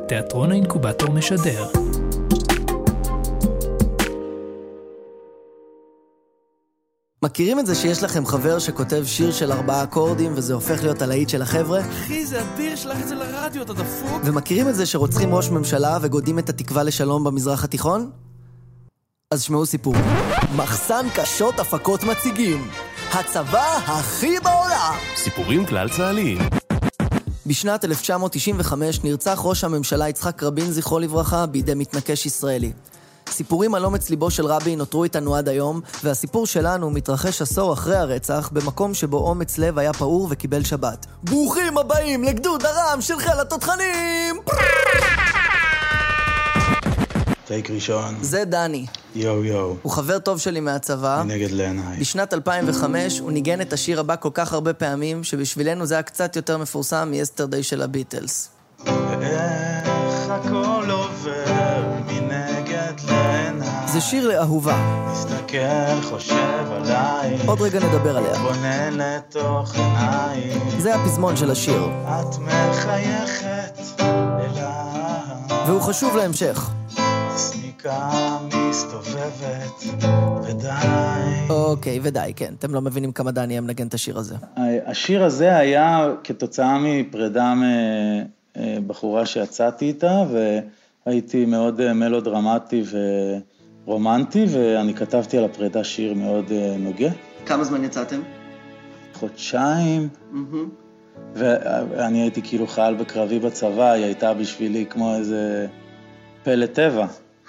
תיאטרון האינקובטור משדר. מכירים את זה שיש לכם חבר שכותב שיר של 4 אקורדים וזה הופך להיות הלהיט של החבר'ה? אחי, זה אדיר, שלח את זה לרדיו, אתה דפוק? ומכירים את זה שרוצחים ראש ממשלה וגודים את התקווה לשלום במזרח התיכון? אז שמעו סיפור. מחסן קשות הפקות מציגים. הצבא הכי בעולם! סיפורים כלל צה"ליים. בשנת 1995 נרצח ראש הממשלה יצחק רבין זכרו לברכה בידי מתנקש ישראלי. סיפורים על אומץ ליבו של רבין נותרו איתנו עד היום, והסיפור שלנו מתרחש עשור אחרי הרצח, במקום שבו אומץ לב היה פעור וקיבל שבת. ברוכים הבאים לגדוד הרם של חיל התותחנים! טייק ראשון. זה דני. יו. הוא חבר טוב שלי מהצבא. מנגד לעיניי. בשנת 2005 הוא ניגן את השיר הבא כל כך הרבה פעמים, שבשבילנו זה היה קצת יותר מפורסם מ-Yesterday של הביטלס. ואיך הכל עובר מנגד לעיניי. זה שיר לאהובה. מסתכל, חושב עליי. עוד רגע נדבר עליה. בונה לתוך עיניי. זה הפזמון של השיר. את מחייכת אליי. והוא חשוב להמשך. הסניקה מסתובבת ודי. אוקיי, ודי, כן. אתם לא מבינים כמה דני היה מנגן את השיר הזה. השיר הזה היה כתוצאה מפרידה מבחורה שיצאתי איתה, והייתי מאוד מלודרמטי ורומנטי, ואני כתבתי על הפרידה שיר מאוד נוגע. כמה זמן יצאתם? חודשיים. ואני הייתי כאילו חייל בקרבי בצבא, היא הייתה בשבילי כמו איזה פלא טבע.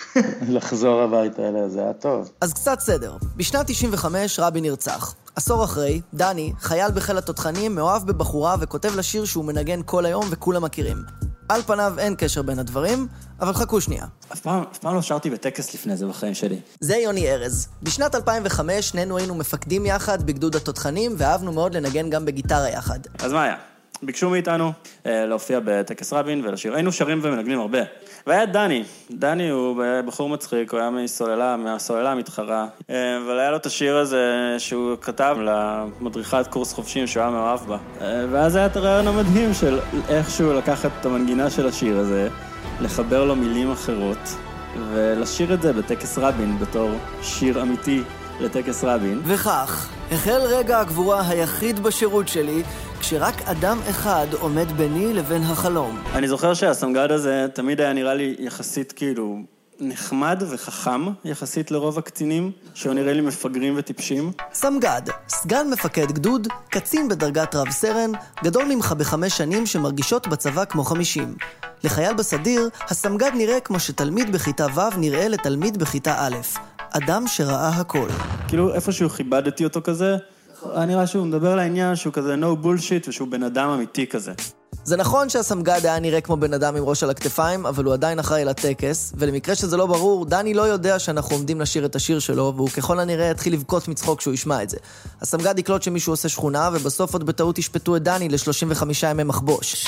לחזור הביתה אליה, זה היה טוב. אז קצת סדר. בשנת 95 רבין נרצח. עשור אחרי, דני, חייל בחיל התותחנים, מאוהב בבחורה וכותב לשיר שהוא מנגן כל היום וכולם מכירים. על פניו אין קשר בין הדברים, אבל חכו שנייה. אף פעם לא שרתי בטקס לפני זה בחיים שלי. זה יוני ארז. בשנת 2005 שנינו היינו מפקדים יחד בגדוד התותחנים, ואהבנו מאוד לנגן גם בגיטרה יחד. אז מה היה? ביקשו מאיתנו להופיע בטקס רבין ולשיר. היינו שרים ומנגנים הרבה. והיה דני. דני הוא בחור מצחיק, הוא היה מהסוללה המתחרה. אבל היה לו את השיר הזה שהוא כתב למדריכת קורס חופשים שהוא היה מאוהב בה. ואז היה את הרעיון המדהים של איכשהו לקחת את המנגינה של השיר הזה, לחבר לו מילים אחרות, ולשיר את זה בטקס רבין בתור שיר אמיתי לטקס רבין. וכך, החל רגע הגבורה היחיד בשירות שלי, כשרק אדם אחד עומד ביני לבין החלום. אני זוכר שהסמג"ד הזה תמיד היה נראה לי יחסית כאילו נחמד וחכם יחסית לרוב הקצינים, שהוא נראה לי מפגרים וטיפשים. סמג"ד, סגן מפקד גדוד, קצין בדרגת רב סרן, גדול ממך ב5 שנים שמרגישות בצבא כמו 50. לחייל בסדיר, הסמג"ד נראה כמו שתלמיד בכיתה ו' נראה לתלמיד בכיתה א'. אדם שראה הכל. כאילו איפשהו כיבדתי אותו כזה, היה נראה שהוא מדבר לעניין שהוא כזה no bullshit ושהוא בן אדם אמיתי כזה. זה נכון שהסמג"ד היה נראה כמו בן אדם עם ראש על הכתפיים, אבל הוא עדיין אחראי לטקס, ולמקרה שזה לא ברור, דני לא יודע שאנחנו עומדים לשיר את השיר שלו, והוא ככל הנראה יתחיל לבכות מצחוק כשהוא ישמע את זה. הסמג"ד יקלוט שמישהו עושה שכונה, ובסוף עוד בטעות ישפטו את דני ל35 ימי מחבוש.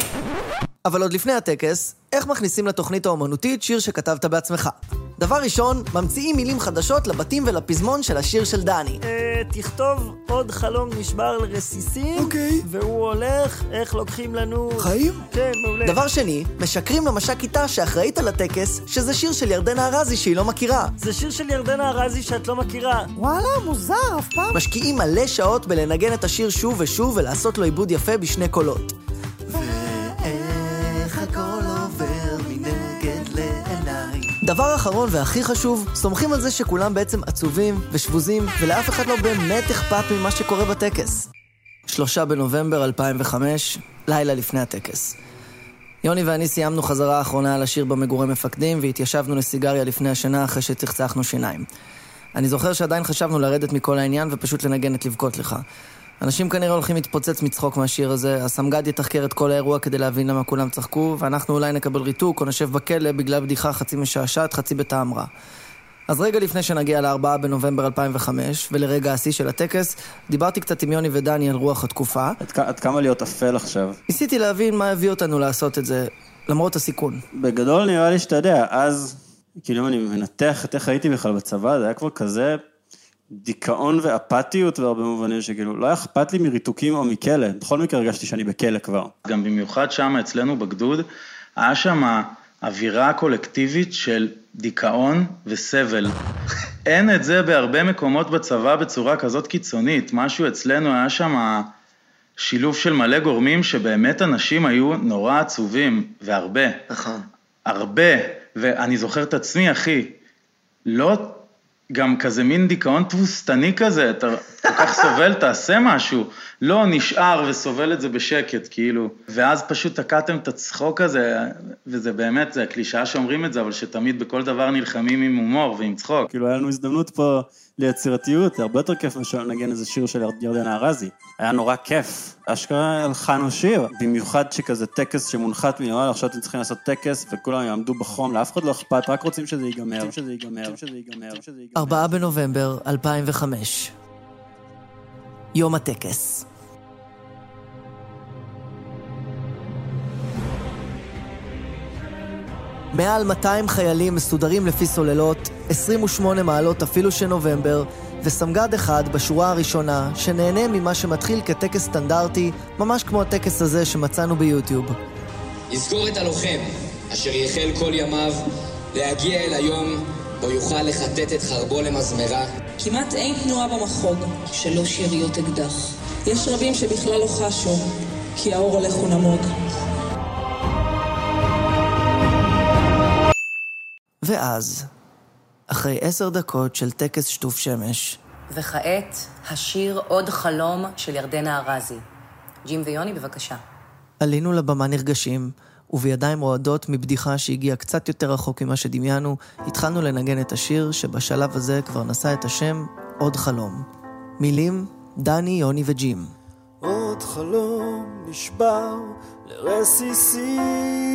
אבל עוד לפני הטקס, איך מכניסים לתוכנית האומנותית שיר שכתבת בעצמך? דבר ראשון, ממציאים מילים חדשות לבתים ולפזמון של השיר של דני. תכתוב עוד חלום נשבר לרסיסים, והוא הולך, איך לוקחים לנו... חיים? כן, מעולה. דבר שני, משקרים למש"ק כיתה שאחראית על הטקס, שזה שיר של ירדנה ארזי שהיא לא מכירה. זה שיר של ירדנה ארזי שאת לא מכירה. וואלה, מוזר, אף פעם. משקיעים מלא שעות בלנגן את השיר שוב ושוב ולעשות לו עיבוד יפה בשני קולות. דבר אחרון והכי חשוב, סומכים על זה שכולם בעצם עצובים ושבוזים, ולאף אחד לא באמת אכפת ממה שקורה בטקס. 3 בנובמבר 2005, לילה לפני הטקס. יוני ואני סיימנו חזרה האחרונה על השיר במגורי מפקדים, והתיישבנו לסיגריה לפני השינה אחרי שצחצחנו שיניים. אני זוכר שעדיין חשבנו לרדת מכל העניין ופשוט לנגן את לבכות לך. אנשים כנראה הולכים להתפוצץ מצחוק מהשיר הזה, הסמג"ד יתחקר את כל האירוע כדי להבין למה כולם צחקו, ואנחנו אולי נקבל ריתוק או נשב בכלא בגלל בדיחה חצי משעשעת, חצי בטעם רע. אז רגע לפני שנגיע ל4 בנובמבר 2005, ולרגע השיא של הטקס, דיברתי קצת עם יוני ודני על רוח התקופה. עד כמה להיות אפל עכשיו? ניסיתי להבין מה הביא אותנו לעשות את זה, למרות הסיכון. בגדול נראה לי שאתה יודע, אז כאילו אני מנתח את איך הייתי בכלל בצבא, זה היה כבר כזה דיכאון ואפתיות והרבה מובנים שכאילו לא היה אכפת לי מריתוקים או מכלא, בכל מקרה הרגשתי שאני בכלא כבר. גם במיוחד שם אצלנו בגדוד, היה שם אווירה קולקטיבית של דיכאון וסבל. אין את זה בהרבה מקומות בצבא בצורה כזאת קיצונית. משהו אצלנו היה שם שילוב של מלא גורמים שבאמת אנשים היו נורא עצובים, והרבה. נכון. הרבה, ואני זוכר את עצמי, אחי, לא גם כזה מין דיכאון תבוסתני כזה, אתה כל כך סובל, תעשה משהו, לא נשאר וסובל את זה בשקט, כאילו, ואז פשוט תקעתם את הצחוק הזה, וזה באמת, זה הקלישאה שאומרים את זה, אבל שתמיד בכל דבר נלחמים עם הומור ועם צחוק. כאילו, היה לנו הזדמנות פה ליצירתיות, הרבה יותר כיף מאשר לנגן איזה שיר של ירדנה ארזי. היה נורא כיף. אשכרה הלחנו שיר, במיוחד שכזה טקס שמונחת מלמעלה, עכשיו אתם צריכים לעשות טקס, וכולם יעמדו בחום, לאף אחד לא אכפת, רק רוצים שזה ייגמר. 4 בנובמבר 2005. יום הטקס. מעל 200 חיילים מסודרים לפי סוללות, 28 מעלות אפילו שנובמבר, וסמגד אחד בשורה הראשונה שנהנה ממה שמתחיל כטקס סטנדרטי, ממש כמו הטקס הזה שמצאנו ביוטיוב. יזכור את הלוחם, אשר יחל כל ימיו, להגיע אל היום בו יוכל לחטט את חרבו למזמרה. כמעט אין תנועה במחוג שלא שאריות אקדח. יש רבים שבכלל לא חשו, כי האור הולך ונמוג. ואז, אחרי 10 דקות של טקס שטוף שמש, וכעת, השיר עוד חלום של ירדנה ארזי. ג'ים ויוני, בבקשה. עלינו לבמה נרגשים, ובידיים רועדות מבדיחה שהגיעה קצת יותר רחוק ממה שדמיינו, התחלנו לנגן את השיר שבשלב הזה כבר נשא את השם עוד חלום. מילים, דני, יוני וג'ים. עוד חלום נשבר לרסיסים,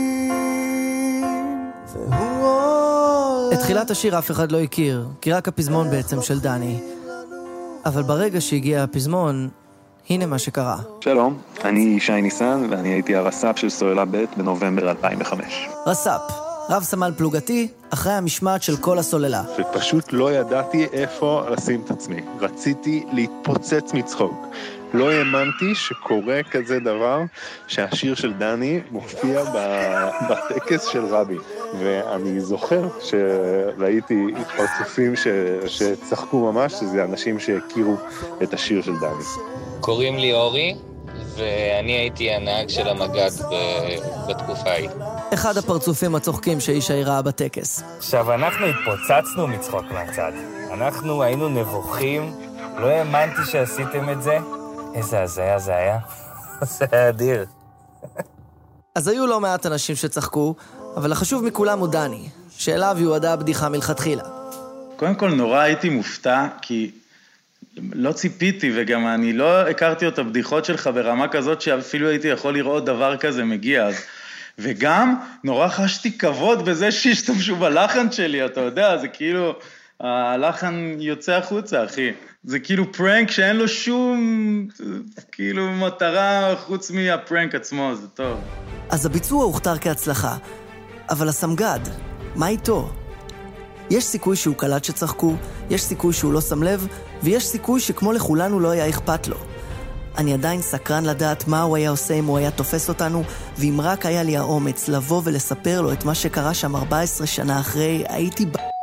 והוא עוד... את תחילת השיר אף אחד לא הכיר, כי רק הפזמון בעצם של דני. אבל ברגע שהגיע הפזמון, הנה מה שקרה. שלום, אני שי ניסן, ואני הייתי הרס"פ של סוללה ב' בנובמבר 2005. רס"פ, רב סמל פלוגתי, אחרי המשמעת של כל הסוללה. ופשוט לא ידעתי איפה לשים את עצמי. רציתי להתפוצץ מצחוק. לא האמנתי שקורה כזה דבר שהשיר של דני מופיע בטקס של רבי. ואני זוכר שראיתי פרצופים שצחקו ממש, שזה אנשים שהכירו את השיר של דני. קוראים לי אורי, ואני הייתי הנהג של המג"ד בתקופה ההיא. אחד הפרצופים הצוחקים שאישה ראה בטקס. עכשיו, אנחנו התפוצצנו מצחוק מהצד. אנחנו היינו נבוכים, לא האמנתי שעשיתם את זה. איזה הזיה זה היה. זה היה אדיר. אז היו לא מעט אנשים שצחקו, אבל החשוב מכולם הוא דני, שאליו יועדה הבדיחה מלכתחילה. קודם כל נורא הייתי מופתע, כי לא ציפיתי, וגם אני לא הכרתי את הבדיחות שלך ברמה כזאת, שאפילו הייתי יכול לראות דבר כזה מגיע. וגם נורא חשתי כבוד בזה שהשתמשו בלחן שלי, אתה יודע, זה כאילו, הלחן יוצא החוצה, אחי. זה כאילו פרנק שאין לו שום, כאילו מטרה חוץ מהפרנק עצמו, זה טוב. אז הביצוע הוכתר כהצלחה, אבל הסמגד, מה איתו? יש סיכוי שהוא קלט שצחקו, יש סיכוי שהוא לא שם לב, ויש סיכוי שכמו לכולנו לא היה אכפת לו. אני עדיין סקרן לדעת מה הוא היה עושה אם הוא היה תופס אותנו, ואם רק היה לי האומץ לבוא ולספר לו את מה שקרה שם 14 שנה אחרי, הייתי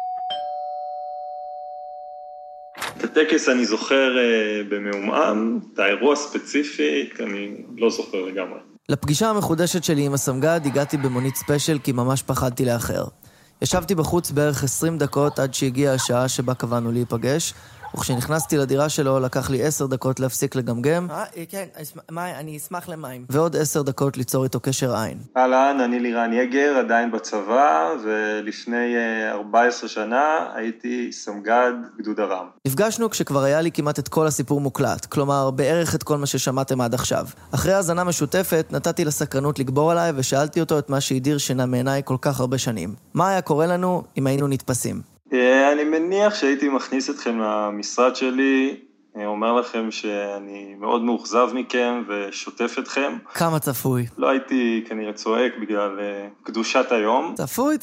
את הטקס אני זוכר במעומעם, את האירוע ספציפי, אני לא זוכר לגמרי. לפגישה המחודשת שלי עם הסמגד הגעתי במונית ספיישל כי ממש פחדתי לאחר. ישבתי בחוץ בערך 20 דקות עד שהגיעה השעה שבה קבענו להיפגש, וכשנכנסתי לדירה שלו לקח לי 10 דקות להפסיק לגמגם. כן, אני אשמח למים. ועוד 10 דקות ליצור איתו קשר עין. אהלן, אני לירן יגר, עדיין בצבא, ולפני 14 שנה הייתי סמגד גדוד הרם. נפגשנו כשכבר היה לי כמעט את כל הסיפור מוקלט, כלומר בערך את כל מה ששמעתם עד עכשיו. אחרי הזנה משותפת נתתי לסקרנות לגבור עליי ושאלתי אותו את מה שהדיר שינה מעיניי כל כך הרבה שנים. מה היה קורה לנו אם היינו נתפסים? אני מניח שהייתי מכניס אתכם למשרד שלי, אומר לכם שאני מאוד מאוכזב מכם ושוטף אתכם. כמה צפוי? לא הייתי כנראה צועק בגלל קדושת היום. צפוי.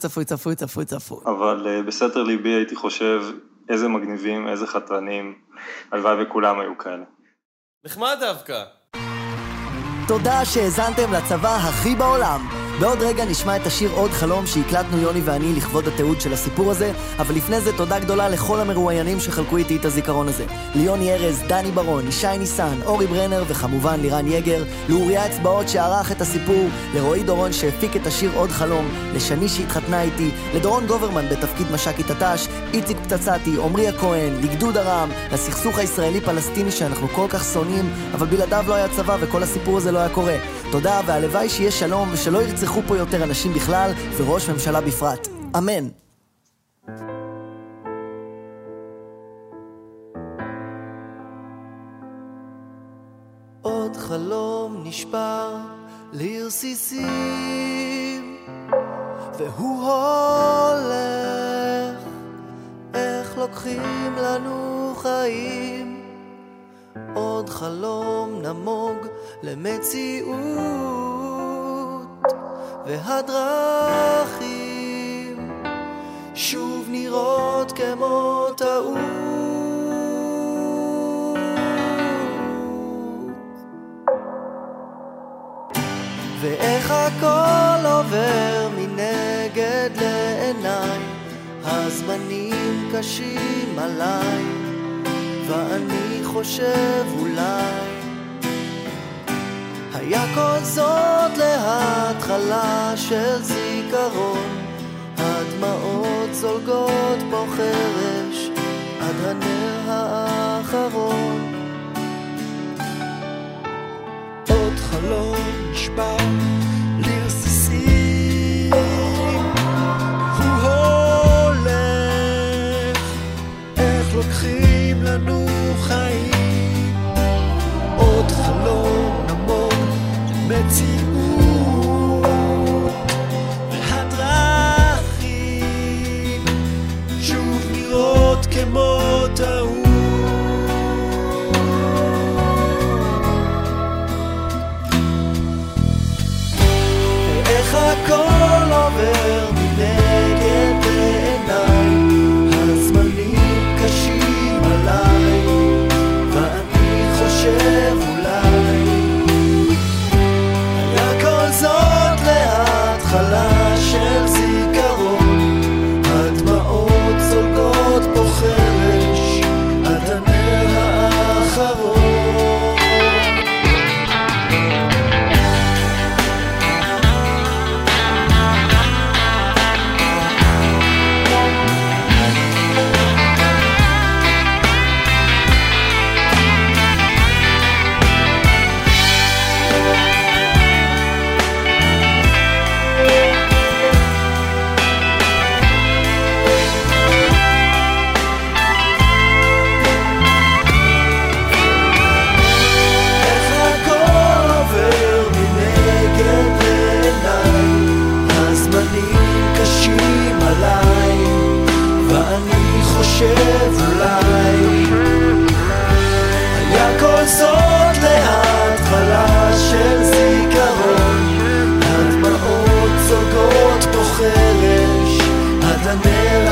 אבל בסתר ליבי הייתי חושב איזה מגניבים, איזה חתרנים, הלוואי וכולם היו כאלה. נחמד דווקא. תודה שהזנתם לצבא הכי בעולם. בעוד רגע נשמע את השיר עוד חלום שהקלטנו יוני ואני לכבוד התיעוד של הסיפור הזה, אבל לפני זה תודה גדולה לכל המרואיינים שחלקו איתי את הזיכרון הזה. ליוני ארז, דני ברון, ישי ניסן, אורי ברנר וכמובן לירן יגר, לאוריה אצבעות שערך את הסיפור, לרועי דורון שהפיק את השיר עוד חלום, לשני שהתחתנה איתי, לדורון גוברמן בתפקיד משקית התש, איציק פצצתי, עמרי הכהן, לגדוד הרם, לסכסוך הישראלי-פלסטיני שאנחנו כל כך שונאים, אבל בלעדיו לא היה צבא וכל הסיפור הזה לא היה קורה. תודה, והלוואי שיהיה שלום ושלא ירצחו פה יותר אנשים בכלל וראש ממשלה בפרט. אמן. עוד חלום נשבר לרסיסים והוא הולך, איך לוקחים לנו חיים. עוד חלום נמוג למציאות והדרכים שוב נראות כמו טעות. ואיך הכל עובר מנגד לעיניי, הזמנים קשים עליי ואני חושב אולי היה כל זאת להתחלה של זיכרון, הדמעות זולגות פה חרש עד הנר האחרון. עוד חלום נשבר לרסיסים הוא הולך, איך לוקחים לנו חיים. עוד חלום נמוג מציאות והדרכים שוב נראות כמו טעות. ואיך הכל עובר מנגד לעיניי, הזמנים קשים עליי ואני חושב אולי זאת להתחלה של זיכרון, הדמעות זולגות פה חרש עד הנר האחרון. חושב אולי היה כל זאת להתחלה של זיכרון, הדמעות זולגות פה חרש עד הנר